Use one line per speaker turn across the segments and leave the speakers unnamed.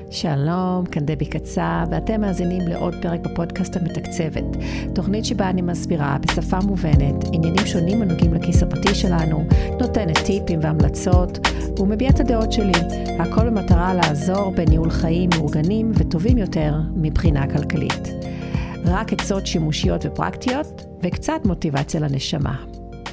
שלום, כאן דבי קצה, ואתם מאזינים לעוד פרק בפודקאסט המתקצבת. תוכנית שבה אני מסבירה בשפה מובנת, עניינים שונים הנוגעים לכיס הפרטי שלנו, נותנת טיפים והמלצות, ומביעה את הדעות שלי. הכל במטרה לעזור בניהול חיים מאורגנים וטובים יותר מבחינה כלכלית. רק עצות שימושיות ופרקטיות, וקצת מוטיבציה לנשמה.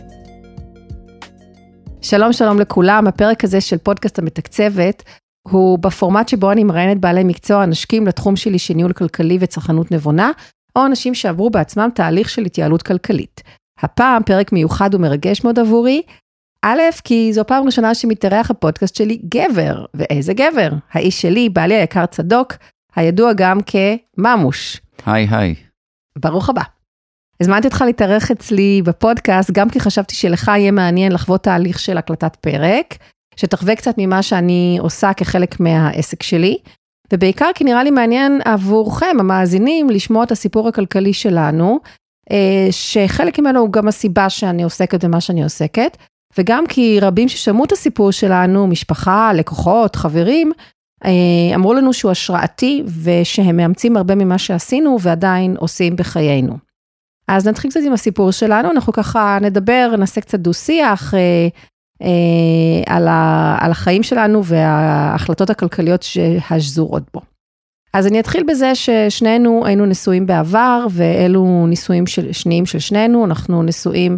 שלום שלום לכולם, הפרק הזה של פודקאסט המתקצבת, הוא בפורמט שבו אני מראיינת בעלי מקצוע אנשים לתחום שלי של ניהול כלכלי וצרכנות נבונה, או אנשים שעברו בעצמם תהליך של התייעלות כלכלית. הפעם פרק מיוחד ומרגש מאוד עבורי, א', כי זו פעם ראשונה שמתארח הפודקאסט שלי גבר, ואיזה גבר? האיש שלי, בעלי היקר צדוק, הידוע גם כממוש.
היי היי.
ברוך הבא. הזמנתי אותך להתארח אצלי בפודקאסט, גם כי חשבתי שלך יהיה מעניין לחוות תהליך של הקלטת פרק, שתחווה קצת ממה שאני עושה כחלק מהעסק שלי, ובעיקר כי נראה לי מעניין עבורכם, המאזינים, לשמוע את הסיפור הכלכלי שלנו, שחלק ממנו הוא גם הסיבה שאני עוסקת במה שאני עוסקת, וגם כי רבים ששמעו את הסיפור שלנו, משפחה, לקוחות, חברים, אמרו לנו שהוא השראתי, ושהם מאמצים הרבה ממה שעשינו, ועדיין עושים בחיינו. אז נתחיל קצת עם הסיפור שלנו, אנחנו ככה נדבר, נעשה קצת דו-שיח, על החיים שלנו וההחלטות הכלכליות שהשזורות בו. אז אני אתחיל בזה ששנינו היינו נשואים בעבר, ואלו נישואים שניים של שנינו, אנחנו נשואים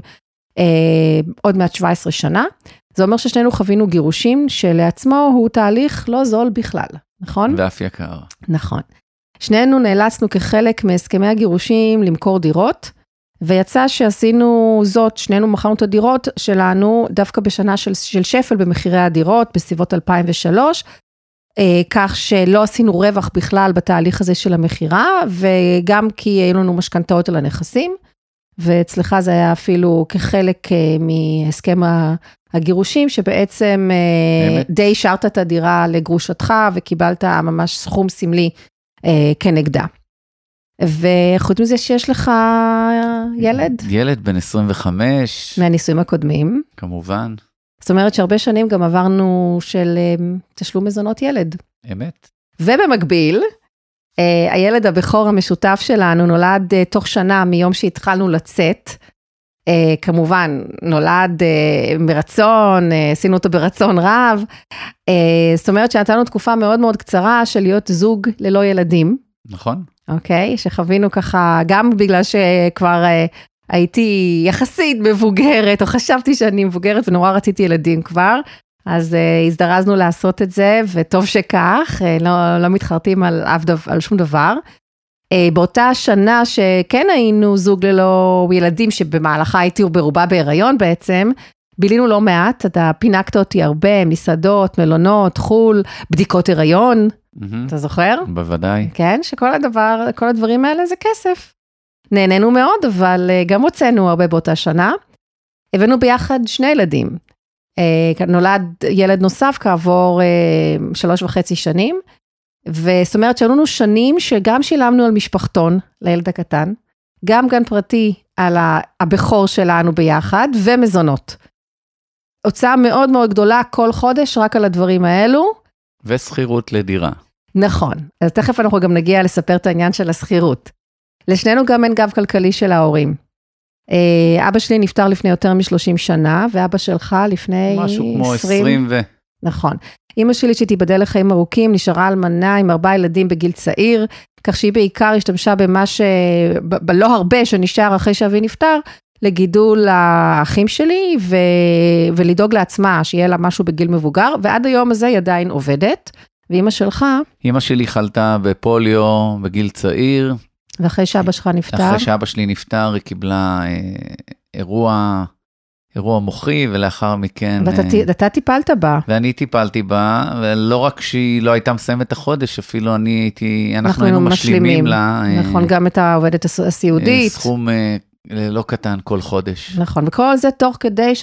עוד מעט 17 שנה, זה אומר ששנינו חווינו גירושים, שלעצמו הוא תהליך לא זול בכלל, נכון?
ואף יקר.
נכון. שנינו נאלצנו כחלק מהסכמי הגירושים למכור דירות, ויצא שעשינו זאת, שנינו מכרנו את הדירות שלנו, דווקא בשנה של שפל במחירי הדירות, בסביבות 2003, כך שלא עשינו רווח בכלל בתהליך הזה של המחירה, וגם כי היו לנו משכנתאות על הנכסים, ואצלך זה היה אפילו כחלק מהסכם הגירושים, שבעצם די השארת את הדירה לגרושתך, וקיבלת ממש סכום סמלי כנגדה. וחוץ מזה שיש לך ילד?
ילד בן 25.
מהנישואים הקודמים.
כמובן.
זאת אומרת שהרבה שנים גם עברנו של תשלום מזונות ילד.
אמת.
ובמקביל, הילד הבכור המשותף שלנו נולד תוך שנה מיום שהתחלנו לצאת. כמובן, נולד ברצון, עשינו אותו ברצון רב. זאת אומרת שנתנו תקופה מאוד מאוד קצרה של להיות זוג ללא ילדים.
נכון.
אוקיי, שחווינו ככה, גם בגלל שכבר הייתי יחסית מבוגרת, או חשבתי שאני מבוגרת ונורא רציתי ילדים כבר, אז הזדרזנו לעשות את זה, וטוב שכך, לא מתחרטים על שום דבר. באותה שנה שכן היינו זוג ללא ילדים, שבמהלכה הייתי ברובה בהיריון בעצם, בילינו לא מעט, אתה פינקת אותי הרבה, מסעדות, מלונות, חול, בדיקות הריון, אתה זוכר?
בוודאי.
כן, כל הדברים האלה זה כסף. נהנינו מאוד, אבל גם הוצאנו הרבה באותה שנה. הבאנו ביחד 2 ילדים. נולד ילד נוסף כעבור 3.5 שנים, וזאת אומרת שהיו לנו שנים שגם שילמנו על משפחתון לילד הקטן, גם גן פרטי על הבכור שלנו ביחד, ומזונות. הוצאה מאוד מאוד גדולה כל חודש רק על הדברים האלו.
וסחירות לדירה.
נכון, אז תכף אנחנו גם נגיע לספר את העניין של הסחירות. לשנינו גם אין גב כלכלי של ההורים. אבא שלי נפטר לפני יותר מ-30 שנה, ואבא שלך לפני 20.
משהו כמו 20 ו...
נכון. אמא שלי שתיבדל לחיים ארוכים, נשארה אלמנה עם 4 ילדים בגיל צעיר, כך שהיא בעיקר השתמשה במה לא הרבה שנשאר אחרי שאבי נפטר, לגידול האחים שלי, ולדאוג לעצמה, שיהיה לה משהו בגיל מבוגר, ועד היום הזה היא עדיין עובדת, ואמא שלך...
אמא שלי חלתה בפוליו בגיל צעיר.
ואחרי שאבא שלך נפטר?
אחרי שאבא שלי נפטר, היא קיבלה אירוע מוחי, ולאחר מכן...
ואתה טיפלת בה.
ואני טיפלתי בה, ולא רק שהיא לא הייתה מסיימת החודש, אפילו אנחנו היינו משלימים לה...
נכון, גם את העובדת הסיעודית.
סכום לא קטן כל חודש.
נכון, וכל זה תוך כדי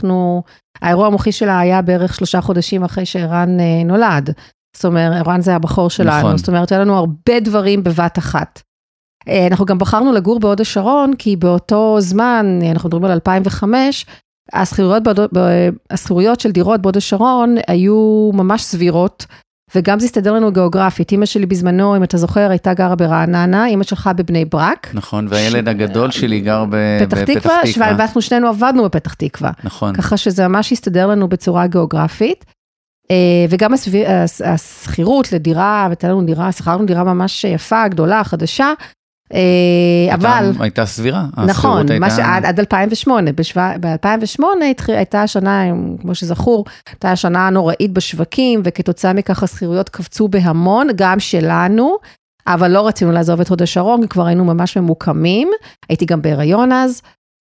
האירוע המוחי שלה היה בערך 3 חודשים אחרי שערן נולד. זאת אומרת, ערן זה הבחור שלנו. נכון. זאת אומרת, היה לנו הרבה דברים בבת אחת. אנחנו גם בחרנו לגור בהוד השרון, כי באותו זמן, אנחנו מדברים על 2005, הסחירויות של דירות בהוד השרון היו ממש סבירות, וגם זה הסתדר לנו גיאוגרפית. אמא שלי בזמנו, אם אתה זוכר, הייתה גרה ברעננה, אמא שלך בבני ברק.
נכון, והילד הגדול שלי גר בפתח תקווה.
ואנחנו שנינו עבדנו בפתח תקווה.
נכון.
ככה שזה ממש הסתדר לנו בצורה גיאוגרפית. וגם הסחירות לדירה, שכרנו דירה ממש יפה, גדולה, חדשה, אבל...
הייתה סבירה.
נכון, עד 2008. ב-2008 הייתה השנה, כמו שזכור, הייתה השנה הנוראית בשווקים, וכתוצאה מכך הסחירויות קפצו בהמון, גם שלנו, אבל לא רצינו לעזוב את הוד השרון, כי כבר היינו ממש ממוקמים, הייתי גם בהיריון אז,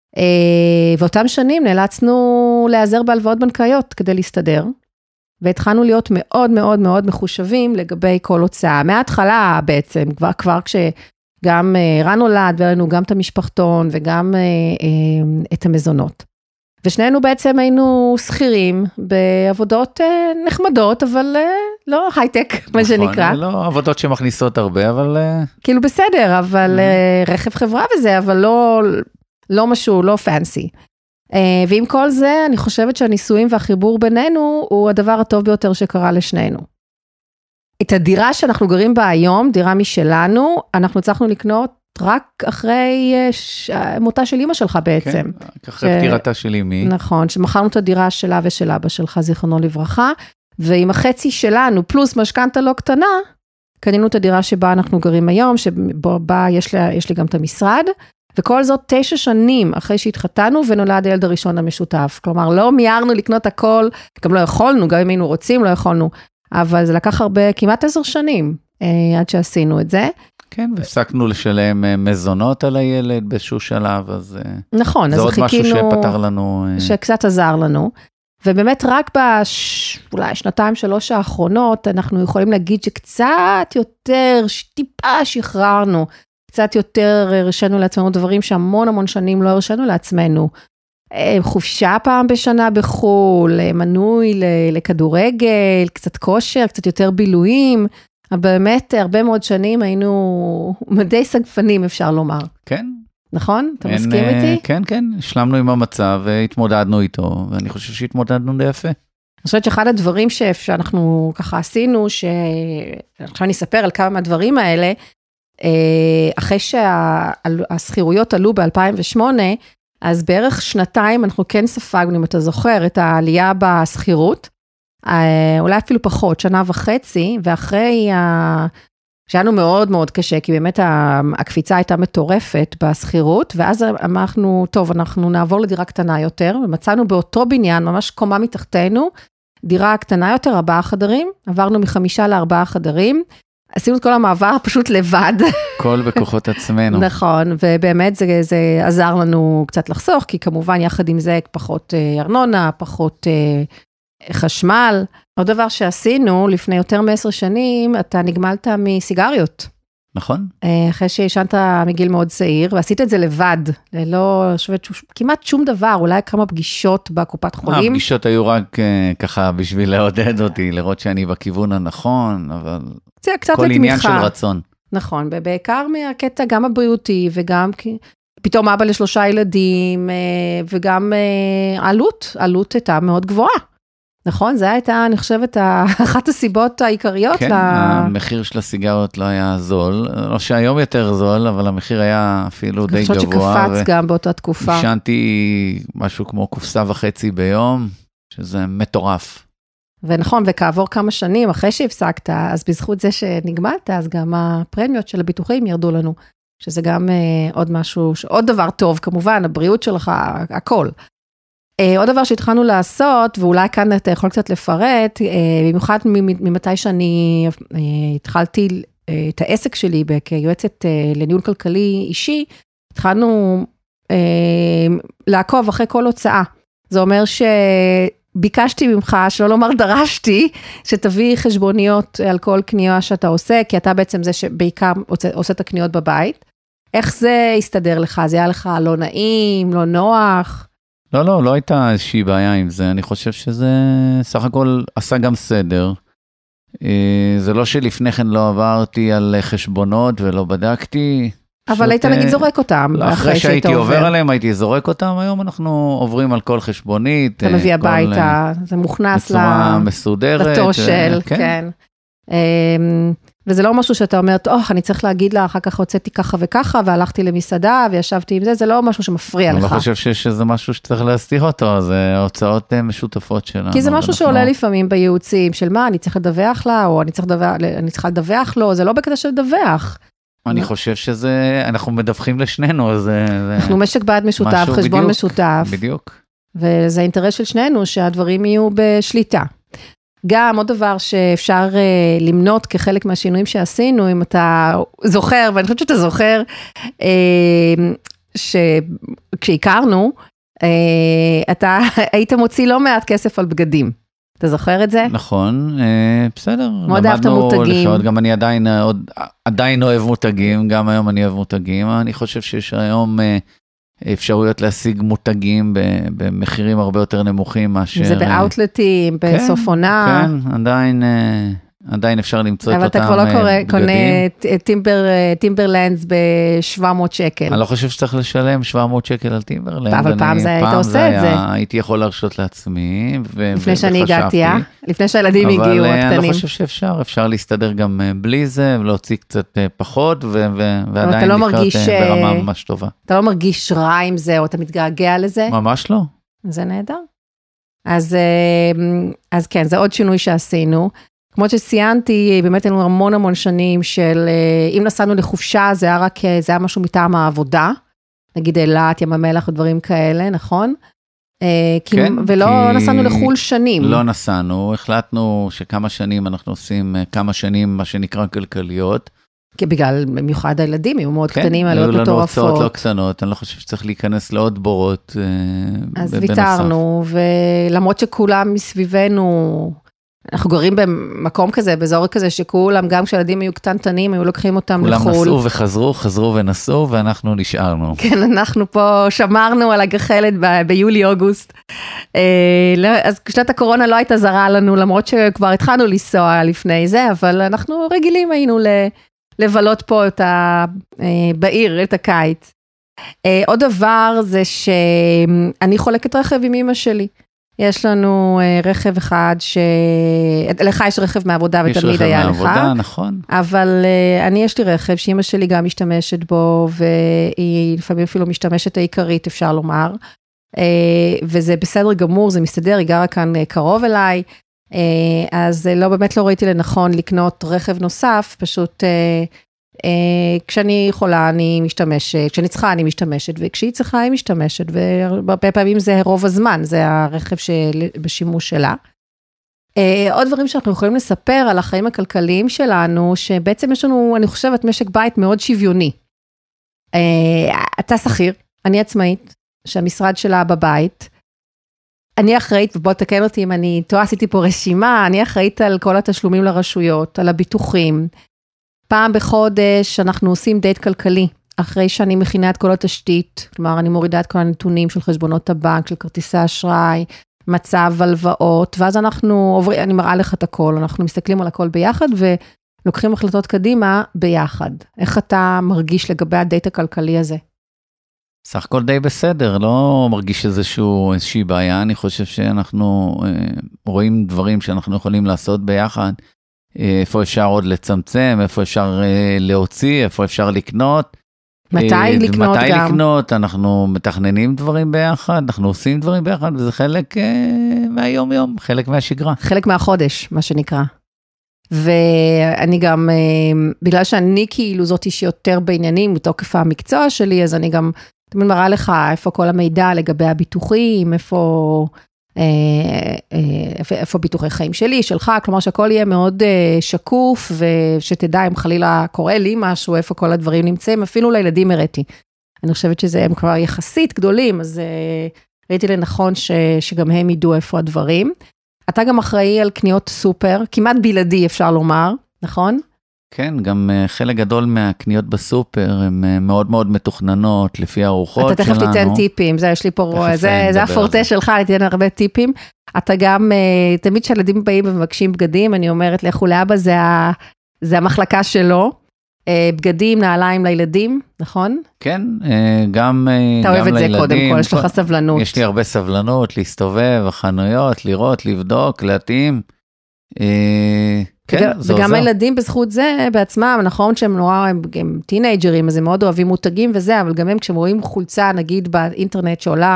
ואותם שנים נאלצנו להיעזר בהלוואות בנקאיות כדי להסתדר, והתחלנו להיות מאוד מאוד מאוד מחושבים לגבי כל הוצאה. מההתחלה בעצם, כבר כשגם רן נולד, והיה לנו גם את המשפחתון, וגם את המזונות. ושנינו בעצם היינו שכירים בעבודות נחמדות, אבל לא הייטק, מה שנקרא.
נכון, לא עבודות שמכניסות הרבה, אבל...
כאילו בסדר, אבל רכב חברה וזה, אבל לא משהו, לא פאנסי. ועם כל זה, אני חושבת שהניסויים והחיבור בינינו, הוא הדבר הטוב ביותר שקרה לשנינו. את הדירה שאנחנו גרים בה היום, דירה משלנו, אנחנו הצלחנו לקנות רק אחרי מותה של אמא שלך בעצם.
כן, אחרי פטירתה של אמי.
נכון, שמכרנו את הדירה שלה ושל אבא שלך, זיכרונו לברכה, ועם החצי שלנו, פלוס משכנתה לא קטנה, קנינו את הדירה שבה אנחנו גרים היום, שבה יש לי גם את המשרד, וכל זאת 9 שנים אחרי שהתחתנו, ונולד הילד הראשון המשותף. כלומר, לא מיירנו לקנות הכל, גם לא יכולנו, גם אם היינו רוצים, לא יכולנו, אבל זה לקח כמעט 10 שנים, עד שעשינו את זה.
כן, והפסקנו לשלם מזונות על הילד באיזשהו שלב, אז
נכון,
זה
אז
עוד משהו שפתר לנו.
שקצת עזר לנו, ובאמת רק אולי 2-3 האחרונות, אנחנו יכולים להגיד שקצת יותר, טיפה שחררנו, קצת יותר הרשנו לעצמנו דברים שהמון המון שנים לא הרשנו לעצמנו. חופשה פעם בשנה בחול, מנוי לכדורגל, קצת כושר, קצת יותר בילויים, אבל באמת הרבה מאוד שנים היינו מדי סגפנים אפשר לומר.
כן.
נכון? אתה מסכים איתי?
כן, כן, השלמנו עם המצב והתמודדנו איתו, ואני חושב שהתמודדנו די יפה.
אני חושבת שאחד הדברים שאנחנו ככה עשינו, שעכשיו אני אספר על כמה מהדברים האלה, אחרי שהסחירויות עלו ב-2008, אז בערך 2 אנחנו כן ספגנו, אם אתה זוכר, את העלייה בסחירות, אולי אפילו פחות, 1.5 שנה, ואחרי שהיינו מאוד מאוד קשה, כי באמת הקפיצה הייתה מטורפת בסחירות, ואז אמרנו, טוב, אנחנו נעבור לדירה קטנה יותר, ומצאנו באותו בניין, ממש קומה מתחתנו, דירה קטנה יותר, 4 חדרים, עברנו מ5 ל4 חדרים, עשינו את כל המעבר פשוט לבד.
כל בכוחות עצמנו.
נכון, ובאמת זה עזר לנו קצת לחסוך, כי כמובן יחד עם זה פחות ארנונה, פחות חשמל. עוד דבר שעשינו לפני יותר מ10 שנים, אתה נגמלת מסיגריות.
נכון.
אחרי שישנת מגיל מאוד צעיר, ועשית את זה לבד, ללא כמעט שום דבר, אולי כמה פגישות בקופת חולים.
הפגישות היו רק ככה בשביל לעודד אותי, לראות שאני בכיוון הנכון, אבל כל עניין של רצון.
נכון, ובעיקר מהקטע גם הבריאותי, וגם פתאום אבא ל3 ילדים, וגם העלות הייתה מאוד גבוהה. נכון, זה הייתה, אני חושבת, אחת הסיבות העיקריות.
כן, המחיר של הסיגריות לא היה זול, לא שהיום יותר זול, אבל המחיר היה אפילו די גבוה.
אני חושבת שקפץ גם באותה תקופה.
עישנתי משהו כמו 1.5 קופסה ביום, שזה מטורף.
ונכון, וכעבור כמה שנים אחרי שהפסקת, אז בזכות זה שנגמלת, אז גם הפרמיות של הביטוחים ירדו לנו, שזה גם עוד משהו, עוד דבר טוב, כמובן, הבריאות שלך, הכל. עוד דבר שהתחלנו לעשות, ואולי כאן אתה יכול קצת לפרט, במיוחד ממתי שאני התחלתי את העסק שלי כיועצת לניהול כלכלי אישי, התחלנו לעקוב אחרי כל הוצאה. זה אומר שביקשתי ממך, שלא לומר דרשתי, שתביא חשבוניות על כל קנייה שאתה עושה, כי אתה בעצם זה שבעיקר עושה את הקניות בבית. איך זה יסתדר לך? זה היה לך לא נעים, לא נוח?
לא הייתה איזושהי בעיה עם זה, אני חושב שזה סך הכל עשה גם סדר, זה לא שלפני כן לא עברתי על חשבונות ולא בדקתי.
אבל היית נגיד זורק אותם.
אחרי שהייתי עובר עליהם הייתי זורק אותם, היום אנחנו עוברים על כל חשבונית.
אתה מביא הביתה, זה מוכנס
בצורה מסודרת.
לתושל, כן. וזה לא משהו שאתה אומרת, אני צריך להגיד לה, אחר כך הוצאתי ככה וככה, והלכתי למסעדה, וישבתי עם זה לא משהו שמפריע לך.
אני לא חושב שיש איזה משהו שצריך להסתיר אותו, זה הוצאות משותפות שלנו.
כי זה משהו שעולה לפעמים בייעוצים, של מה, אני צריך לדווח לה, או אני צריכה לדווח לו, זה לא בקטע של לדווח.
אני חושב שזה, אנחנו מדווחים לשנינו, אז
אנחנו משק בית משותף, חשבון משותף.
בדיוק.
וזה האינטרס של שנינו, שהדברים יהיו בשליטה. גם עוד דבר שאפשר למנות כחלק מהשינויים שעשינו, אם אתה זוכר, ואני חושבת שאתה זוכר, שכשהכרנו, אתה היית מוציא לא מעט כסף על בגדים. אתה זוכר את זה?
נכון, בסדר.
מאוד אהבת מותגים.
גם אני עדיין אוהב מותגים, גם היום אני אוהב מותגים. אני חושב שיש היום אפשרויות להשיג מותגים במחירים הרבה יותר נמוכים מאשר...
זה באוטלטים, בסוף עונה.
כן, עדיין אפשר למצוא את אותם בגדים.
אבל אתה כבר לא קונה טימברלנדס ב-700 שקל.
אני לא חושב שצריך לשלם 700 שקל על טימברלנד.
אבל פעם היית עושה את זה.
הייתי יכול להרשות לעצמי,
לפני שאני הגעתי, לפני שהילדים הגיעו הקטנים.
אבל אני לא חושב אפשר להסתדר גם בלי זה, ולהוציא קצת פחות, ועדיין לחיות ברמה ממש טובה.
אתה לא מרגיש רע עם זה, או אתה מתגעגע לזה?
ממש לא.
זה נהדר. אז כן, זה עוד שינוי שעשינו. כמו שציינתי, באמת היינו המון שנים של, אם נסענו לחופשה, זה היה משהו מטעם העבודה, נגיד אילת, ים המלח ודברים כאלה, נכון?
כן.
ולא נסענו לחול שנים.
לא נסענו, החלטנו שכמה שנים אנחנו עושים, כמה שנים מה שנקרא כלכליות.
כי בגלל, במיוחד הילדים, היו מאוד קטנים, עלויות מטורפות.
היו לנו הוצאות לא קטנות, אני לא חושב שצריך להיכנס לעוד בורות
אז ויתרנו, ולמרות שכולם מסביבנו, אנחנו גרים במקום כזה, באזור כזה, שכולם, גם כשילדים היו קטנטנים, היו לוקחים אותם לחול.
כולם נסעו וחזרו, חזרו ונסעו, ואנחנו נשארנו.
כן, אנחנו פה שמרנו על הגחלת ביולי-אוגוסט. אז שנת הקורונה לא הייתה זרה לנו, למרות שכבר התחלנו לנסוע לפני זה, אבל אנחנו רגילים היינו לבלות פה בעיר, את הקיץ. עוד דבר זה שאני חולקת רכב עם אמא שלי. יש לנו רכב אחד לך יש רכב מהעבודה ותמיד היה לך. יש רכב
מהעבודה, נכון.
אבל יש לי רכב שאמא שלי גם משתמשת בו, והיא לפעמים אפילו משתמשת העיקרית, אפשר לומר. וזה בסדר גמור, זה מסתדר, היא גרה כאן קרוב אליי, אז באמת לא ראיתי לנכון לקנות רכב נוסף, פשוט כשאני יכולה אני משתמשת, כשאני צריכה אני משתמשת, וכשהיא צריכה היא משתמשת, והרבה פעמים זה רוב הזמן, זה הרכב בשימוש שלה. עוד דברים שאנחנו יכולים לספר על החיים הכלכליים שלנו, שבעצם יש לנו, אני חושבת, משק בית מאוד שוויוני. אתה שכיר, אני עצמאית, שהמשרד שלה בבית, אני אחראית, ובוא תקן אותי אם אני טועה, עשיתי פה רשימה, אני אחראית על כל התשלומים לרשויות, על הביטוחים. פעם בחודש אנחנו עושים דייט כלכלי, אחרי שאני מכינה את כל התשתית, כלומר אני מורידה את כל הנתונים של חשבונות הבנק, של כרטיסי אשראי, מצב, הלוואות, ואז אני מראה לך את הכל, אנחנו מסתכלים על הכל ביחד, ולוקחים החלטות קדימה ביחד. איך אתה מרגיש לגבי הדייט הכלכלי הזה?
סך הכל די בסדר, לא מרגיש איזושהי בעיה, אני חושב שאנחנו רואים דברים שאנחנו יכולים לעשות ביחד, איפה אפשר עוד לצמצם, איפה אפשר להוציא, איפה אפשר לקנות.
מתי לקנות גם?
מתי לקנות, אנחנו מתכננים דברים ביחד, אנחנו עושים דברים ביחד, וזה חלק מהיום יום, חלק מהשגרה.
חלק מהחודש, מה שנקרא. ואני גם, בגלל שאני כאילו זאתי שיותר בעניינים, מתוקף המקצוע שלי, אז אני גם תמיד מראה לך איפה כל המידע לגבי הביטוחים, איפה ביטוחי חיים שלי, שלך, כלומר שהכל יהיה מאוד שקוף, ושתדע אם חלילה קורה לי משהו, איפה כל הדברים נמצאים, אפילו לילדים הראיתי. אני חושבת שזה הם כבר יחסית גדולים, אז ראיתי לנכון שגם הם ידעו איפה הדברים. אתה גם אחראי על קניות סופר, כמעט בלעדי אפשר לומר, נכון?
כן, גם חלק גדול מהקניות בסופר, הן מאוד מאוד מתוכננות, לפי הארוחות שלנו. אתה
תכף תיתן טיפים, זה יש לי פה, זה הפורטה שלך, אני תיתן הרבה טיפים. אתה גם, תמיד כשילדים באים ומבקשים בגדים, אני אומרת, לכו לאבא, זה המחלקה שלו. בגדים, נעליים לילדים, נכון?
כן, גם לילדים.
אתה אוהב את זה קודם כל, יש לך סבלנות.
יש לי הרבה סבלנות, להסתובב, החנויות, לראות, לבדוק, להתאים. כן, זה
וגם
עוזר.
הילדים בזכות זה בעצמם, נכון שהם נורא, הם טינאג'רים, אז הם מאוד אוהבים מותגים וזה, אבל גם הם כשהם רואים חולצה, נגיד באינטרנט שעולה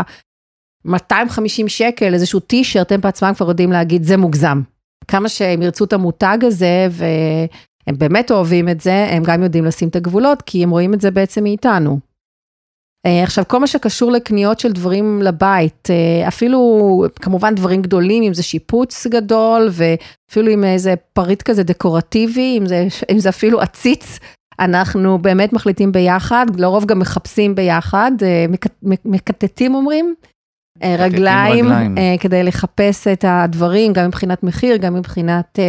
250 שקל, איזשהו טישרט, הם בעצמם כבר יודעים להגיד, זה מוגזם. כמה שהם ירצו את המותג הזה, והם באמת אוהבים את זה, הם גם יודעים לשים את הגבולות, כי הם רואים את זה בעצם מאיתנו. עכשיו, כל מה שקשור לקניות של דברים לבית, אפילו כמובן דברים גדולים, אם זה שיפוץ גדול, ואפילו עם איזה פריט כזה דקורטיבי, אם זה אפילו עציץ, אנחנו באמת מחליטים ביחד, לרוב גם מחפשים ביחד, מקטטים אומרים, רגליים, כדי לחפש את הדברים, גם מבחינת מחיר, גם מבחינת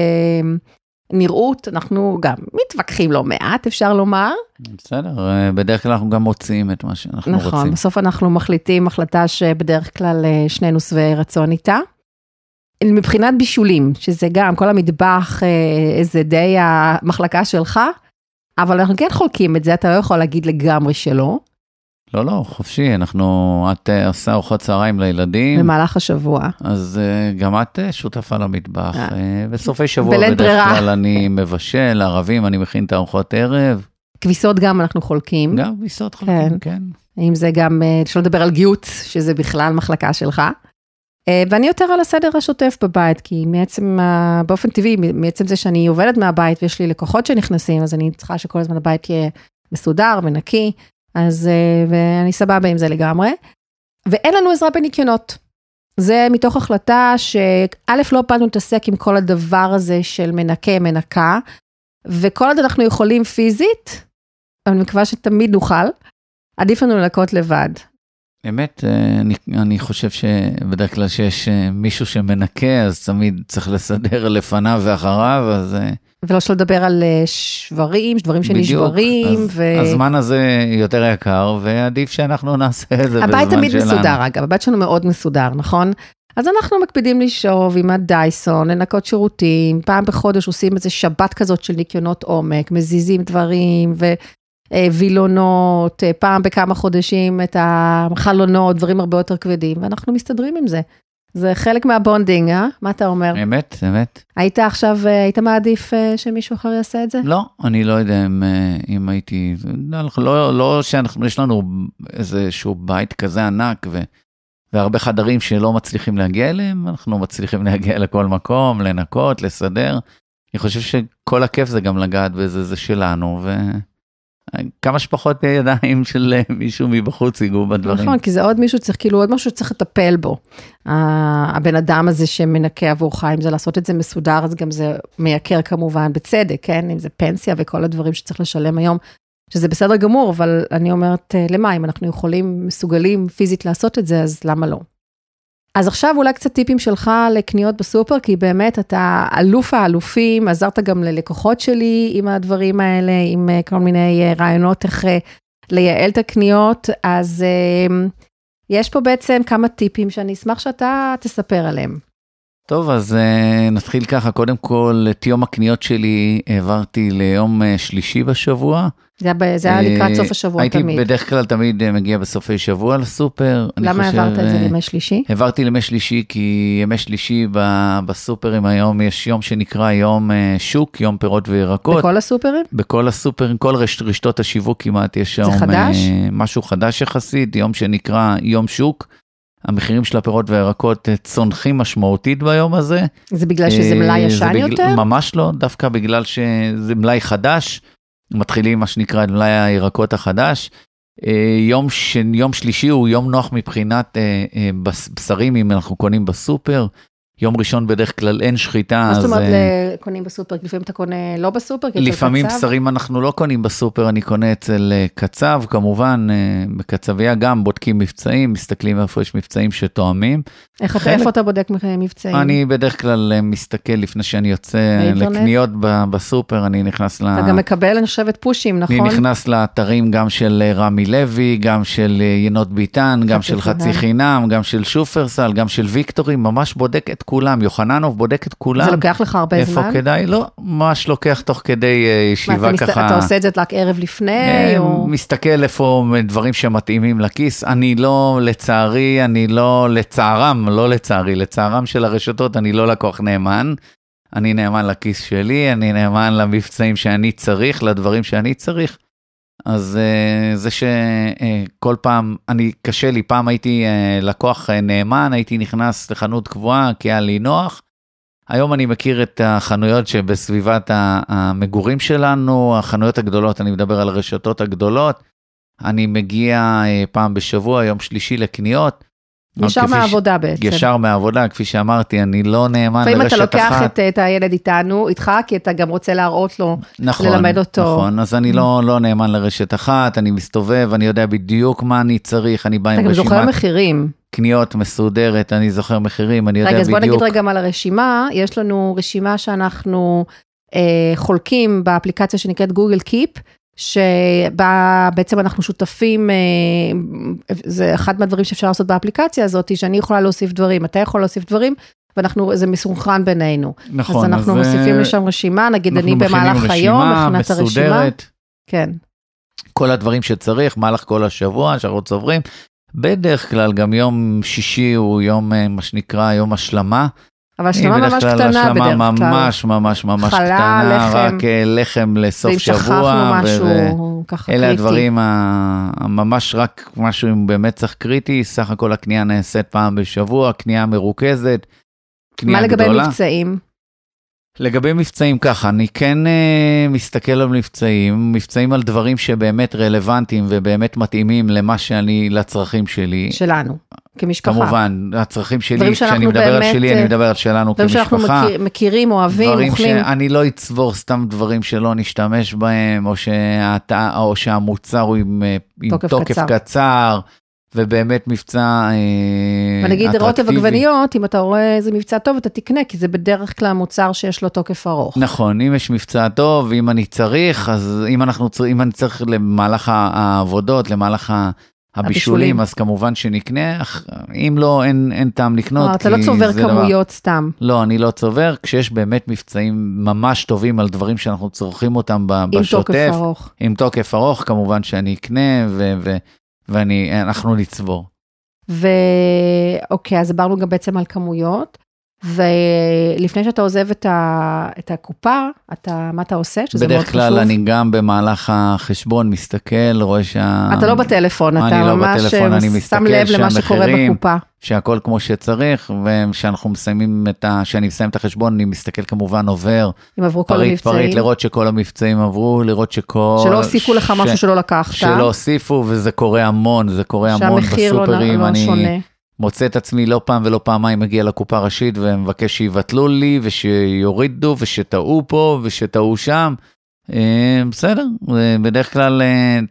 נראות, אנחנו גם מתווכחים לא מעט, אפשר לומר.
בסדר, בדרך כלל אנחנו גם מוצאים את מה שאנחנו רוצים.
נכון, בסוף אנחנו מחליטים החלטה שבדרך כלל שנינו שבעי רצון איתה. מבחינת בישולים, שזה גם כל המטבח, זה די המחלקה שלך, אבל אנחנו כן חולקים את זה, אתה לא יכול להגיד לגמרי שלא.
לא, חופשי, את עושה ארוחות צהריים לילדים.
במהלך השבוע.
אז גם את שותפה למטבח. בסופי שבוע בדרך כלל אני מבשל, ערבים, אני מכין את ארוחות ערב.
כביסות גם אנחנו חולקים.
גם כביסות חולקים, כן.
אם זה גם, שלא לדבר על גיוץ, שזה בכלל מחלקה שלך. ואני יותר על הסדר השוטף בבית, כי מעצם, באופן טבעי, מעצם זה שאני עובדת מהבית, ויש לי לקוחות שנכנסים, אז אני צריכה שכל הזמן הבית יהיה מסודר ונקי. אז, ואני סבבה עם זה לגמרי, ואין לנו עזרה בניקיונות. זה מתוך החלטה שא' לא באנו להתעסק עם כל הדבר הזה של מנקה, וכל עוד אנחנו יכולים פיזית, אני מקווה שתמיד נוכל, עדיף לנו לנקות לבד.
באמת, אני חושב שבדרך כלל שיש מישהו שמנקה, אז תמיד צריך לסדר לפניו ואחריו, אז...
ולא שלא לדבר על דברים שנשברים.
הזמן הזה יותר יקר, ועדיף שאנחנו נעשה את זה בזמן שלנו.
הבית תמיד מסודר, אגב, הבית שלנו מאוד מסודר, נכון? אז אנחנו מקפידים לשאוב עם הדייסון, לנקות שירותים, פעם בחודש עושים איזה שבת כזאת של ניקיונות עומק, מזיזים דברים ווילונות, פעם בכמה חודשים את החלונות, דברים הרבה יותר כבדים, ואנחנו מסתדרים עם זה. זה חלק מהבונדינג, מה אתה אומר?
אמת.
היית מעדיף שמישהו אחר יעשה את זה?
לא, אני לא יודע אם הייתי, לא שיש לנו איזשהו בית כזה ענק, והרבה חדרים שלא מצליחים להגיע אליהם, אנחנו מצליחים להגיע לכל מקום, לנקות, לסדר. אני חושב שכל הכיף זה גם לגעת בזה, זה שלנו, כמה שפחות ידיים של מישהו מבחוץ ייגעו בדברים.
נכון, כי זה עוד מישהו צריך, כאילו עוד משהו שצריך לטפל בו. הבן אדם הזה שמנקה עבורך, אם זה לעשות את זה מסודר, אז גם זה מייקר כמובן בצדק, כן? אם זה פנסיה וכל הדברים שצריך לשלם היום, שזה בסדר גמור, אבל אני אומרת, למה? אם אנחנו יכולים, מסוגלים פיזית לעשות את זה, אז למה לא? אז עכשיו אולי קצת טיפים שלך לקניות בסופר, כי באמת אתה אלוף האלופים, עזרת גם ללקוחות שלי עם הדברים האלה, עם כל מיני רעיונות איך לייעל את הקניות, אז יש פה בעצם כמה טיפים שאני אשמח שאתה תספר עליהם.
טוב, אז נתחיל ככה, קודם כל, את יום הקניות שלי העברתי ליום שלישי בשבוע.
זה היה לקראת סוף השבוע תמיד.
הייתי בדרך כלל תמיד מגיע בסופי שבוע לסופר.
למה העברת את זה לימי שלישי?
העברתי לימי שלישי, כי ימי שלישי בסופרים היום יש יום שנקרא יום שוק, יום פירות וירקות.
בכל הסופרים?
בכל הסופרים, כל רשתות השיווק כמעט יש היום.
זה חדש?
משהו חדש יחסית, יום שנקרא יום שוק. המחירים של הפירות והירקות צונחים משמעותית ביום הזה.
זה בגלל שזה מלאי ישן יותר?
ממש לא, דווקא בגלל שזה מלאי חדש, מתחילים מה שנקרא את מלאי הירקות החדש. יום שלישי הוא יום נוח מבחינת בשרים אם אנחנו קונים בסופר. יום ראשון בדרך כלל אין שחיטה.
מה זאת אומרת קונים בסופר? לפעמים אתה קונה לא בסופר?
לפעמים בשרים אנחנו לא קונים בסופר, אני קונה אצל קצב, כמובן בקצביה גם בודקים מבצעים, מסתכלים איפה יש מבצעים שתואמים.
איפה אתה בודק מבצעים?
אני בדרך כלל מסתכל לפני שאני יוצא לקניות בסופר, אני נכנס
אתה גם מקבל, אני חושבת, פושים, נכון?
אני נכנס לאתרים גם של רמי לוי, גם של ינות ביטן, גם של חצי חינם, גם של שופרסל, גם של ויקטורי, ממש בודק את כולם, יוחננוב בודק את כולם.
זה לוקח לך הרבה זמן?
איפה כדאי? לא, ממש לוקח תוך כדי ישיבה ככה.
אתה עושה את זה רק ערב לפני?
מסתכל איפה דברים שמתאימים לכיס. אני לא, לצערי, אני לא, לצערם, לא לצערי, לצערם של הרשתות, אני לא לקוח נאמן. אני נאמן לכיס שלי, אני נאמן למבצעים שאני צריך, לדברים שאני צריך. אז זה שכל פעם, קשה לי, פעם הייתי לקוח נאמן, הייתי נכנס לחנות קבועה, כי היה לי נוח. היום אני מכיר את החנויות שבסביבת המגורים שלנו, החנויות הגדולות, אני מדבר על הרשתות הגדולות. אני מגיע פעם בשבוע, יום שלישי לקניות.
ישר מהעבודה בעצם.
ישר מהעבודה, כפי שאמרתי, אני לא נאמן לרשת אחת.
ואם אתה לוקח את הילד איתך, כי אתה גם רוצה להראות לו, ללמד אותו.
נכון, אז אני לא נאמן לרשת אחת, אני מסתובב, אני יודע בדיוק מה אני צריך, אני בא עם רשימת...
אתה גם זוכר מחירים.
קניות מסודרת, אני זוכר מחירים, אני יודע בדיוק...
רגע, אז בוא נגיד רגע על הרשימה, יש לנו רשימה שאנחנו חולקים באפליקציה שנקראת גוגל קיפ, שבעצם אנחנו שותפים, זה אחד מהדברים שאפשר לעשות באפליקציה הזאת, שאני יכולה להוסיף דברים, אתה יכול להוסיף דברים, זה מסונכרן בינינו.
נכון.
אז אנחנו מוסיפים לשם רשימה, נגיד אני במהלך היום, מכנת הרשימה. כן.
כל הדברים שצריך, מהלך כל השבוע, שאנחנו צוברים. בדרך כלל גם יום שישי הוא יום, מה שנקרא, יום השלמה.
אבל השלמה ממש קטנה בדרך כלל.
השלמה ממש קטנה, רק לחם לסוף שבוע.
ואם שכחנו משהו ככה קריטי.
אלה הדברים, ממש רק משהו עם באמת צריך קריטי, סך הכל הקנייה נעשית פעם בשבוע, קנייה מרוכזת, קנייה גדולה.
מה לגבי מבצעים?
לגבי מבצעים ככה, אני כן מסתכל על מבצעים על דברים שבאמת רלוונטיים ובאמת מתאימים לצרכים שלי.
שלנו, כמשפחה.
כמובן, הצרכים שלי, כשאני מדבר על שלי, אני מדבר על שלנו כמשפחה.
דברים שאנחנו מכירים, אוהבים, אוכלים.
דברים שאני לא אצבור סתם דברים שלא נשתמש בהם, או שהמוצר הוא עם תוקף קצר. ובאמת מבצע
ונגיד רוטב עגבניות, אם אתה רואה איזה מבצע טוב, אתה תקנה, כי זה בדרך כלל מוצר שיש לו תוקף ארוך.
נכון, אם יש מבצע טוב, אם אני צריך, אז אם אני צריך למהלך העבודות, למהלך הבישולים, אז כמובן שנקנה, אם לא, אין טעם לקנות.
אתה לא צובר כמויות סתם.
לא, אני לא צובר, כשיש באמת מבצעים ממש טובים על דברים שאנחנו צורכים אותם בשוטף.
עם תוקף ארוך.
עם תוקף ארוך, כמובן שאני אקנה ואנחנו נצבור.
ואוקיי, אז עברנו גם בעצם על כמויות, ולפני שאתה עוזב את הקופה, מה אתה עושה?
בדרך כלל אני גם במהלך החשבון מסתכל, רואה
אתה לא בטלפון, אתה ממש שם לב למה שקורה בקופה.
שהכל כמו שצריך, ושאנחנו מסיימים שאני מסיים את החשבון, אני מסתכל כמובן עובר, פריט, לראות שכל המבצעים עברו, לראות שלא
הוסיפו לך משהו שלא לקחת.
שלא הוסיפו, וזה קורה המון, בסופרים, אני מוצא את עצמי לא פעם ולא פעמיים מגיע לקופה ראשית, ומבקש שיבטלו לי, ושיורידו, ושטעו פה, ושטעו שם, בסדר, בדרך כלל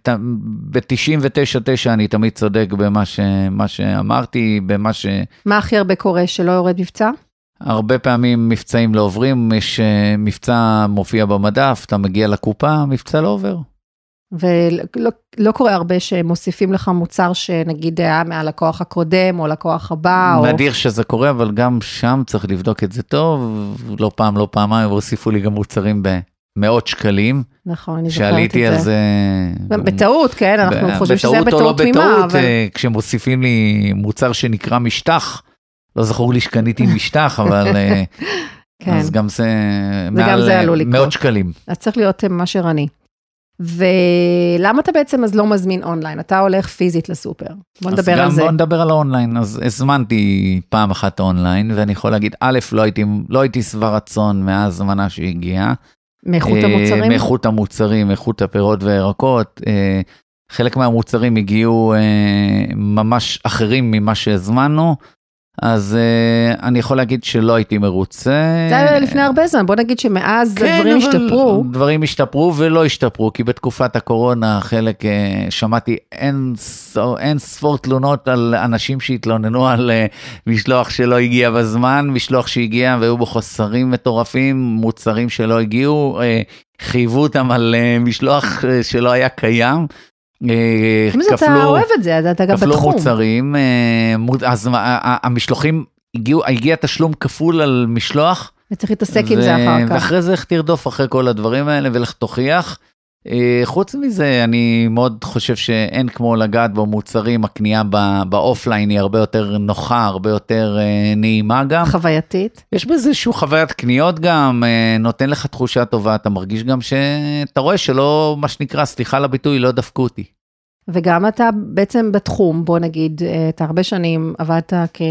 ב-99.9 אני תמיד צודק במה שאמרתי,
מה הכי הרבה קורה שלא יורד מבצע?
הרבה פעמים מבצעים לא עוברים, יש מבצע מופיע במדף, אתה מגיע לקופה, מבצע לא עובר.
ולא קורה הרבה שמוסיפים לך מוצר שנגיד היה מהלקוח הקודם או לקוח הבא.
נדיר שזה קורה, אבל גם שם צריך לבדוק את זה טוב, לא פעם, לא פעמיים, והוסיפו לי גם מוצרים במאות שקלים.
נכון, אני זוכרת את זה.
שעליתי על זה...
בטעות, כן, אנחנו חושבים שזה בטעות תמימה.
כשמוסיפים לי מוצר שנקרא משטח, לא זכור לי שקניתי משטח, אבל... אז גם זה מעל מאות שקלים.
אז צריך להיות ממש ערני. ולמה אתה בעצם אז לא מזמין אונליין? אתה הולך פיזית לסופר. בוא נדבר על זה.
בוא נדבר על האונליין. אז הזמנתי פעם אחת אונליין, ואני יכול להגיד, א', לא הייתי שבע רצון מהזמנה שהגיעה.
מאיכות המוצרים?
מאיכות המוצרים, מאיכות הפירות והירקות. חלק מהמוצרים הגיעו ממש אחרים ממה שהזמנו, אז אני יכול להגיד שלא הייתי מרוצה.
זה היה לפני הרבה זמן, בוא נגיד שמאז דברים השתפרו.
דברים השתפרו ולא השתפרו, כי בתקופת הקורונה חלק, שמעתי אין ספור תלונות על אנשים שהתלוננו על משלוח שלא הגיע בזמן, משלוח שהגיע והיו בו חוסרים מטורפים, מוצרים שלא הגיעו, חייבו אותם על משלוח שלא היה קיים.
אתה אוהב את זה, אתה גם בתחום.
כפלו מוצרים, אז המשלוחים, הגיע תשלום כפול על משלוח.
וצריך להתעסק עם זה אחר כך.
ואחרי זה איך תרדוף אחרי כל הדברים האלה, ולך תוכיח. חוץ מזה, אני מאוד חושב שאין כמו לגעת במוצרים, הקנייה באופליין היא הרבה יותר נוחה, הרבה יותר נעימה גם.
חווייתית.
יש בזה איזשהו חוויית קניות גם, נותן לך תחושה טובה, אתה מרגיש גם שאתה רואה שלא, מה שנקרא, סליחה לביטוי, לא דפקו אותי.
וגם אתה בעצם בתחום, בוא נגיד, אתה הרבה שנים עבדת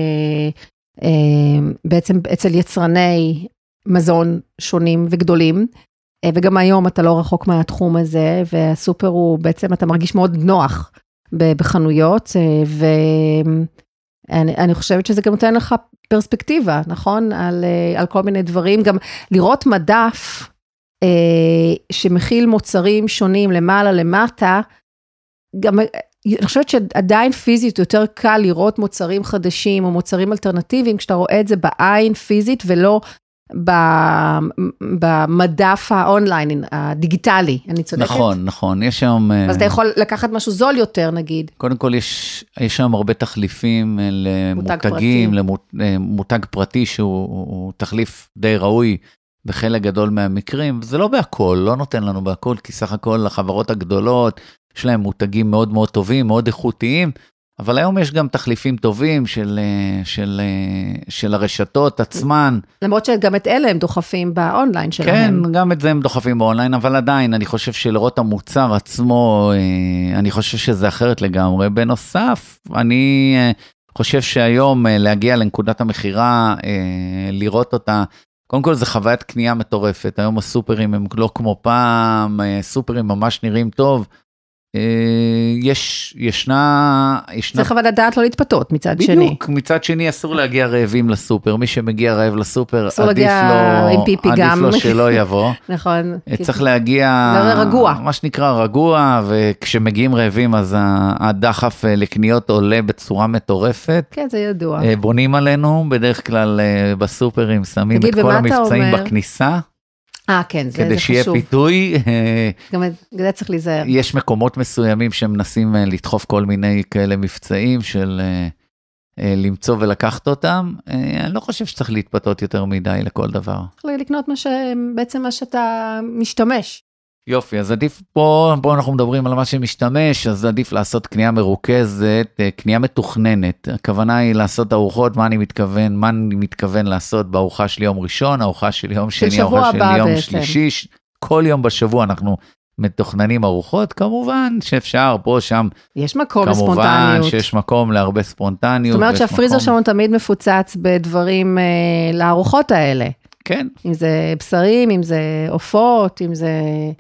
בעצם אצל יצרני מזון שונים וגדולים, וגם היום אתה לא רחוק מהתחום הזה, והסופר הוא בעצם, אתה מרגיש מאוד נוח בחנויות, ואני חושבת שזה גם נותן לך פרספקטיבה, נכון? על כל מיני דברים, גם לראות מדף שמכיל מוצרים שונים למעלה למטה, גם אני חושבת שעדיין פיזית יותר קל לראות מוצרים חדשים או מוצרים אלטרנטיביים, כשאתה רואה את זה בעין פיזית ולא במדף האונליין, הדיגיטלי, אני צודקת?
נכון, נכון, יש שם...
אז אתה יכול לקחת משהו זול יותר, נגיד.
קודם כל, יש שם הרבה תחליפים למותגים, למותג פרטי, שהוא תחליף די ראוי בחלק גדול מהמקרים, זה לא בהכל, לא נותן לנו בהכל, כי סך הכל החברות הגדולות, יש להם מותגים מאוד מאוד טובים, מאוד איכותיים, אבל היום יש גם תחליפים טובים של הרשתות עצמן.
למרות שגם את אלה הם דוחפים באונליין שלהם.
כן, גם את זה הם דוחפים באונליין, אבל עדיין אני חושב שלראות המוצר עצמו, אני חושב שזה אחרת לגמרי. בנוסף, אני חושב שהיום להגיע לנקודת המחירה, לראות אותה, קודם כל זה חוויית קנייה מטורפת, היום הסופרים הם לא כמו פעם, סופרים ממש נראים טוב, ישנה...
צריך אבל לדעת לא להתפתות מצד שני.
בדיוק, מצד שני אסור להגיע רעבים לסופר, מי שמגיע רעב לסופר עדיף לו שלא יבוא.
נכון.
צריך להגיע...
רגוע.
מה שנקרא רגוע, וכשמגיעים רעבים אז הדחף לקניות עולה בצורה מטורפת.
כן, זה ידוע.
בונים עלינו, בדרך כלל בסופרים שמים את כל המבצעים בכניסה.
כן, זה חשוב.
כדי שיהיה פיתוי.
גם זה צריך להיזהר.
יש מקומות מסוימים שמנסים לדחוף כל מיני כאלה מבצעים של למצוא ולקחת אותם. אני לא חושב שצריך להתפתות יותר מדי לכל דבר.
לקנות בעצם מה שאתה משתמש.
יופי, אז עדיף פה אנחנו מדברים על מה שמשתמש, אז עדיף לעשות קנייה מרוכזת, קנייה מתוכננת. הכוונה היא לעשות ארוחות, מה אני מתכוון לעשות בארוחה של יום ראשון, ארוחה של יום שני, ארוחה של יום שלישי, כל יום בשבוע אנחנו מתוכננים ארוחות, כמובן שאפשר פה, שם,
יש מקום לספונטניות.
כמובן שיש מקום להרבה ספונטניות.
זאת אומרת שהפריזר שלנו תמיד מפוצץ בדברים לארוחות האלה.
כן.
אם זה בשרים, אם זה עופות, אם זה...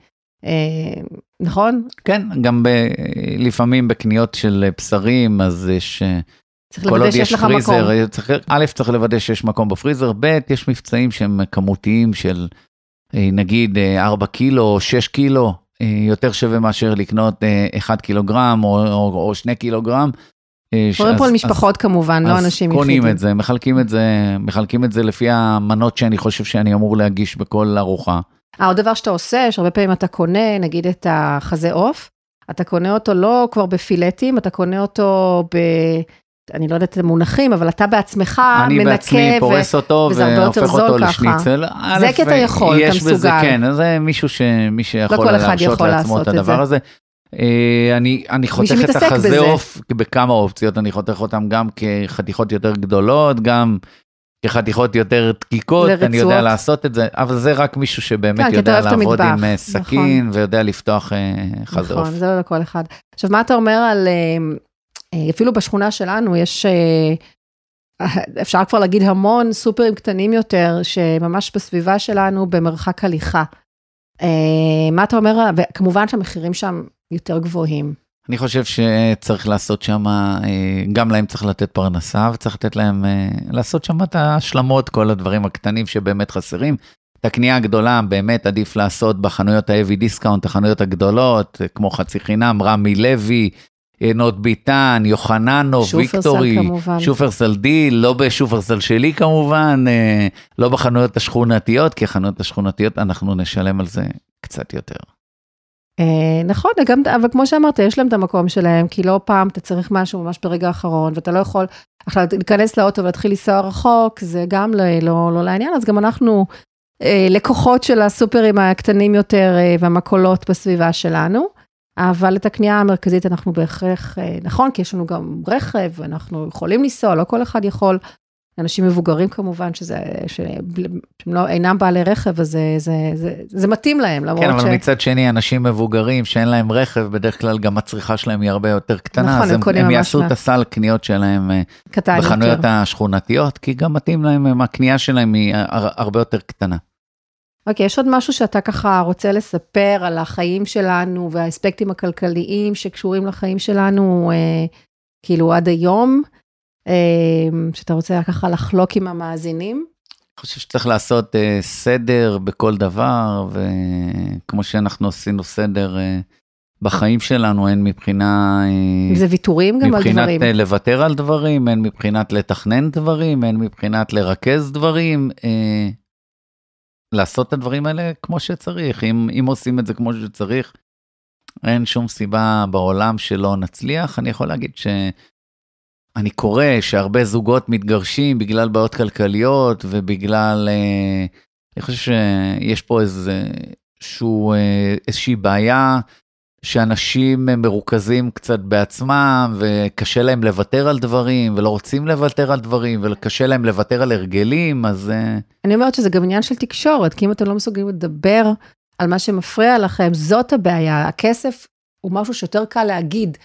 נכון?
כן, גם לפעמים בקניות של בשרים, אז יש...
צריך לוודא שיש לך מקום.
א', צריך לוודא שיש מקום בפריזר, ב', יש מבצעים שהם כמותיים של נגיד 4 קילו או 6 קילו, יותר שווה מאשר לקנות 1 קילוגרם או 2 קילוגרם.
קוראים פה על משפחות כמובן, לא אנשים יחידים.
קונים את זה, מחלקים את זה לפי המנות שאני חושב שאני אמור להגיש בכל ארוחה.
עוד דבר שאתה עושה, שהרבה פעמים אתה קונה, נגיד את החזה עוף, אתה קונה אותו לא כבר בפילטים, אתה קונה אותו אני לא יודעת מונחים, אבל אתה בעצמך מנקה,
אני בעצמי פורס אותו והופך אותו לשניצל.
זה כי אתה יכול, אתה מסוגל.
כן, זה מי שיכול להרשות לעצמו את הדבר הזה. אני חותך את החזה עוף בכמה אופציות, אני חותך אותם גם כחתיכות יותר גדולות, גם כחתיכות יותר דקיקות, אני יודע לעשות את זה, אבל זה רק מישהו שבאמת יודע לעבוד עם סכין, ויודע לפתוח חזה עוף.
נכון, זה לא לכל אחד. עכשיו, מה אתה אומר על, אפילו בשכונה שלנו, יש, אפשר כבר להגיד המון סופרים קטנים יותר, שממש בסביבה שלנו, במרחק הליכה. מה אתה אומר, וכמובן שהמחירים שם יותר גבוהים.
אני חושב שצריך לעשות שם, גם להם צריך לתת פרנסה, וצריך לתת להם, לעשות שם את ההשלמות, כל הדברים הקטנים שבאמת חסרים. את הקנייה הגדולה באמת עדיף לעשות בחנויות ה-heavy discount, החנויות הגדולות, כמו חצי חינם, רמי לוי, נוט ביטן, יוחננו, ויקטורי, שופרסל דיל, לא בשופרסל שלי כמובן, לא בחנויות השכונתיות, כי החנויות השכונתיות אנחנו נשלם על זה קצת יותר.
נכון, אבל כמו שאמרת, יש להם את המקום שלהם, כי לא פעם אתה צריך משהו ממש ברגע האחרון, ואתה לא יכול להיכנס לאוטו ולהתחיל לנסוע רחוק, זה גם לא לעניין, אז גם אנחנו לקוחות של הסופרים הקטנים יותר והמקולות בסביבה שלנו, אבל את הקנייה המרכזית אנחנו בהכרח, נכון, כי יש לנו גם רכב, ואנחנו יכולים לנסוע, לא כל אחד יכול, אנשים מבוגרים כמובן, שהם אינם בעלי רכב, אז זה מתאים להם.
כן, אבל מצד שני, אנשים מבוגרים שאין להם רכב, בדרך כלל גם הצריכה שלהם היא הרבה יותר קטנה, אז הם יעשו את הסל קניות שלהם בחנויות השכונתיות, כי גם מתאים להם, הקנייה שלהם היא הרבה יותר קטנה.
אוקיי, יש עוד משהו שאתה ככה רוצה לספר על החיים שלנו, והאספקטים הכלכליים שקשורים לחיים שלנו, כאילו עד היום, שאתה רוצה ככה לחלוק עם המאזינים?
אני חושב שצריך לעשות סדר בכל דבר, וכמו שאנחנו עשינו סדר בחיים שלנו, אין מבחינה...
זה ויתורים גם על דברים.
מבחינת לוותר על דברים, אין מבחינת לתכנן דברים, אין מבחינת לרכז דברים, לעשות את הדברים האלה כמו שצריך. אם עושים את זה כמו שצריך, אין שום סיבה בעולם שלא נצליח. אני יכול להגיד אני קורא שהרבה זוגות מתגרשים בגלל בעיות כלכליות, ובגלל, אני חושב שיש פה איזושהי בעיה, שאנשים מרוכזים קצת בעצמם, וקשה להם לוותר על דברים, ולא רוצים לוותר על דברים, וקשה להם לוותר על הרגלים, אז...
אני אומרת שזה גם עניין של תקשורת, כי אם אתם לא מסוגלים לדבר על מה שמפריע לכם, זאת הבעיה. הכסף הוא משהו שיותר קל להגיד,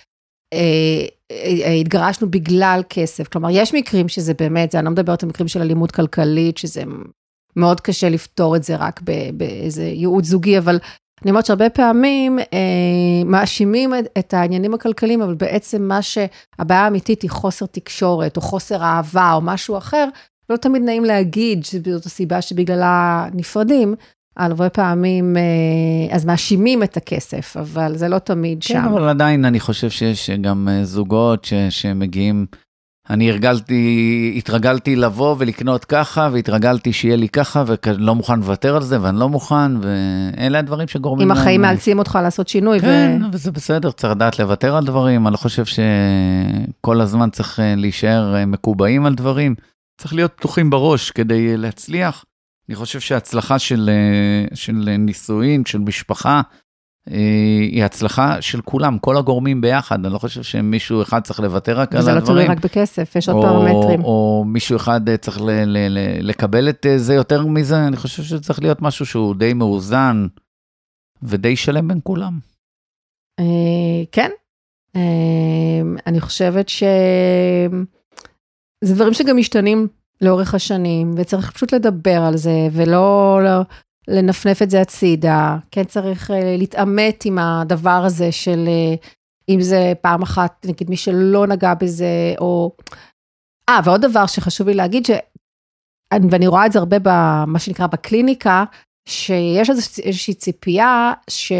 התגרשנו בגלל כסף, כלומר יש מקרים שזה באמת, אני לא מדברת על מקרים של אלימות כלכלית, שזה מאוד קשה לפתור את זה רק באיזה ייעוד זוגי, אבל אני אומרת שהרבה פעמים מאשימים את העניינים הכלכליים, אבל בעצם מה שהבעיה האמיתית היא חוסר תקשורת, או חוסר אהבה, או משהו אחר, לא תמיד נעים להגיד שזאת הסיבה שבגללה נפרדים, על הרבה פעמים, אז מאשימים את הכסף, אבל זה לא תמיד שם.
כן, אבל עדיין אני חושב שיש גם זוגות שמגיעים, אני התרגלתי לבוא ולקנות ככה, והתרגלתי שיהיה לי ככה, ולא מוכן לוותר על זה, ואני לא מוכן, ואלה הדברים שגורמים...
אם החיים מאלצים אותך לעשות שינוי.
כן, וזה בסדר, צריך לדעת לוותר על דברים, אני לא חושב שכל הזמן צריך להישאר מקובעים על דברים, צריך להיות פתוחים בראש כדי להצליח. אני חושב שההצלחה של נישואין, של משפחה, היא הצלחה של כולם, כל הגורמים ביחד. אני לא חושב שמישהו אחד צריך לוותר רק על הדברים.
וזה לא תלוי רק בכסף, יש עוד פרמטרים.
או מישהו אחד צריך לקבל את זה יותר מזה. אני חושב שצריך להיות משהו שהוא די מאוזן, ודי שלם בין כולם.
כן. אני חושבת שזה דברים שגם משתנים לאורך השנים, וצריך פשוט לדבר על זה, ולא לנפנף את זה הצידה. כן צריך להתאמת עם הדבר הזה של, אם זה פעם אחת, נגיד מי שלא נגע בזה, או... ועוד דבר שחשוב לי להגיד, ואני רואה את זה הרבה במה שנקרא בקליניקה, שיש איזושהי ציפייה,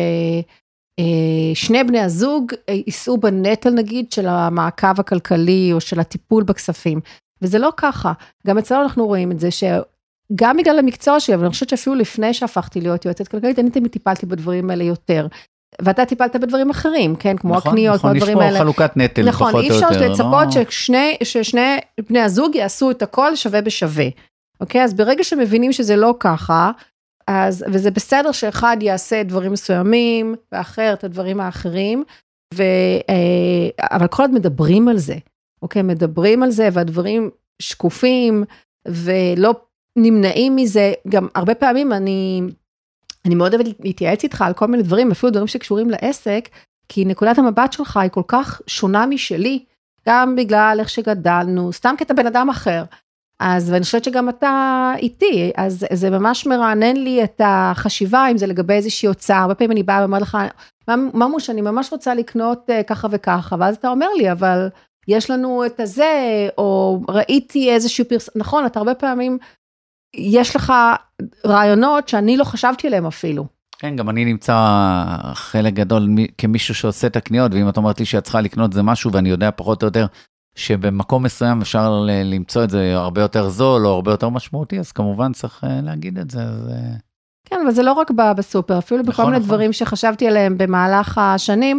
ששני בני הזוג יישאו בנטל, נגיד, של המעקב הכלכלי, או של הטיפול בכספים. וזה לא ככה, גם אצלנו אנחנו רואים את זה, שגם בגלל המקצוע שלי, אבל אני חושבת שאפילו לפני שהפכתי להיות יועצת כלכלית, אני תמיד טיפלתי בדברים האלה יותר, ואתה טיפלת בדברים אחרים, כן, כמו הקניות, כמו הדברים האלה.
נכון, יש פה חלוקת נטל, פחות או יותר.
נכון, אי אפשר לצפות ששני בני הזוג יעשו את הכל שווה בשווה, אוקיי? אז ברגע שמבינים שזה לא ככה, וזה בסדר שאחד יעשה דברים מסוימים, ואחר את הדברים האחרים, אבל כל עוד מדברים על זה, אוקיי, מדברים על זה, והדברים שקופים, ולא נמנעים מזה, גם הרבה פעמים אני מאוד אוהבת להתייעץ איתך על כל מיני דברים, אפילו דברים שקשורים לעסק, כי נקודת המבט שלך היא כל כך שונה משלי, גם בגלל איך שגדלנו, סתם כי אתה בן אדם אחר, ואני חושבת שגם אתה איתי, אז זה ממש מרענן לי את החשיבה, אם זה לגבי איזושהי הוצאה, הרבה פעמים אני באה ואומרת לך, ממוש, אני ממש רוצה לקנות ככה וככה, ואז אתה אומר לי, אבל... יש לנו את הזה, או ראיתי איזשהו נכון, אתה הרבה פעמים, יש לך רעיונות שאני לא חשבתי עליהם אפילו.
כן, גם אני נמצא חלק גדול כמישהו שעושה את הקניות, ואם את אומרת לי שאת צריכה לקנות זה משהו, ואני יודע פחות או יותר, שבמקום מסוים אפשר למצוא את זה הרבה יותר זול, או הרבה יותר משמעותי, אז כמובן צריך להגיד את זה.
כן, אבל זה לא רק בסופר, אפילו בכל מיני דברים שחשבתי עליהם במהלך השנים,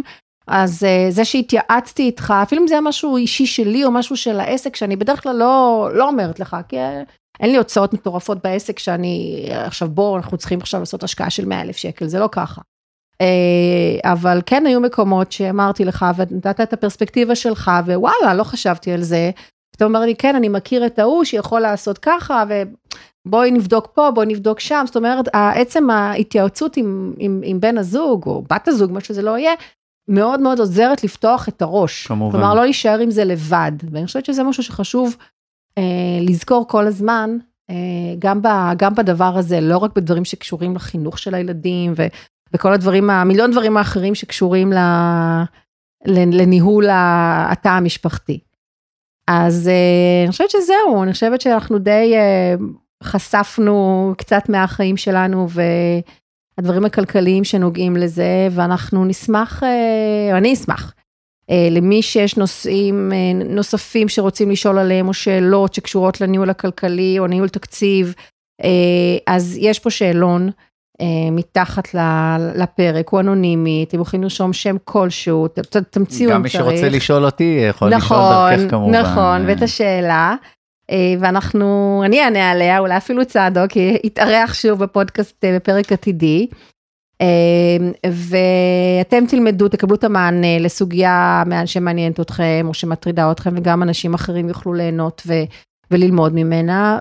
אז זה שהתייעצתי איתך, אפילו אם זה היה משהו אישי שלי, או משהו של העסק, שאני בדרך כלל לא אומרת לך, כי אין לי הוצאות מטורפות בעסק, שאני עכשיו אנחנו צריכים עכשיו לעשות השקעה של 100,000 שקל, זה לא ככה. אבל כן היו מקומות שאמרתי לך, ונתת את הפרספקטיבה שלך, ווואלה, לא חשבתי על זה, אתה אומר לי, כן, אני מכיר את ההוא שיכול לעשות ככה, ובואי נבדוק פה, בואי נבדוק שם, זאת אומרת, עצם ההתייעצות עם בן הזוג, או בת הזוג, מה שזה לא יהיה, מאוד מאוד עוזרת לפתוח את הראש. כמובן. כלומר, לא להישאר עם זה לבד, ואני חושבת שזה משהו שחשוב לזכור כל הזמן, גם בדבר הזה, לא רק בדברים שקשורים לחינוך של הילדים, וכל הדברים, המיליון דברים האחרים שקשורים לניהול התא המשפחתי. אז אני חושבת שזהו, אני חושבת שאנחנו די חשפנו קצת מהחיים שלנו, והדברים הכלכליים שנוגעים לזה, ואנחנו נשמח, אני אשמח, למי שיש נושאים נוספים שרוצים לשאול עליהם, או שאלות שקשורות לניהול הכלכלי, או ניהול תקציב, אז יש פה שאלון, מתחת לפרק, הוא אנונימי, אתם יכולים לרשום שם כלשהו, תמציאו אם צריך. גם מי
שרוצה לשאול אותי, יכול לשאול דרכך כמובן.
נכון, ואת השאלה, אני אענה עליה, אולי אפילו צעדו, כי יתארח שוב בפודקאסט בפרק עתידי, ואתם תלמדו, תקבלו את המענה לסוגיה שמעניינת אתכם, או שמטרידה אתכם, וגם אנשים אחרים יוכלו ליהנות וללמוד ממנה,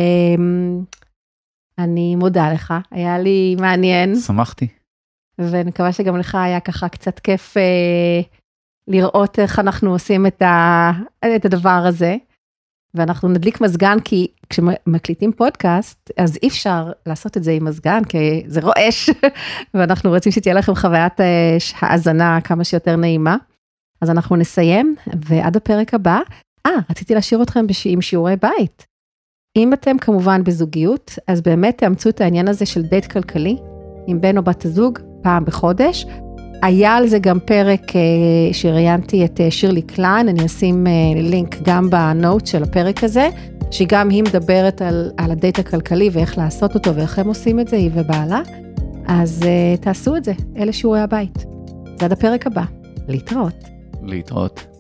אני מודה לך, היה לי מעניין.
שמחתי.
ואני מקווה שגם לך היה ככה קצת כיף לראות איך אנחנו עושים את הדבר הזה. ואנחנו נדליק מזגן, כי כשמקליטים פודקאסט, אז אי אפשר לעשות את זה עם מזגן, כי זה רועש, ואנחנו רוצים שתהיה לכם חוויית האזנה כמה שיותר נעימה. אז אנחנו נסיים, ועד הפרק הבא, רציתי להשאיר אתכם עם שיעורי בית. אם אתם כמובן בזוגיות, אז באמת תאמצו את העניין הזה של דייט כלכלי, עם בן או בת הזוג, פעם בחודש. היה על זה גם פרק שראיינתי את שירלי קליין, אני אשים לינק גם בנוט של הפרק הזה, שגם היא מדברת על הדייט הכלכלי ואיך לעשות אותו ואיך הם עושים את זה, היא ובעלה. אז תעשו את זה, אלה שיעורי הבית. זה עד הפרק הבא. להתראות.
להתראות.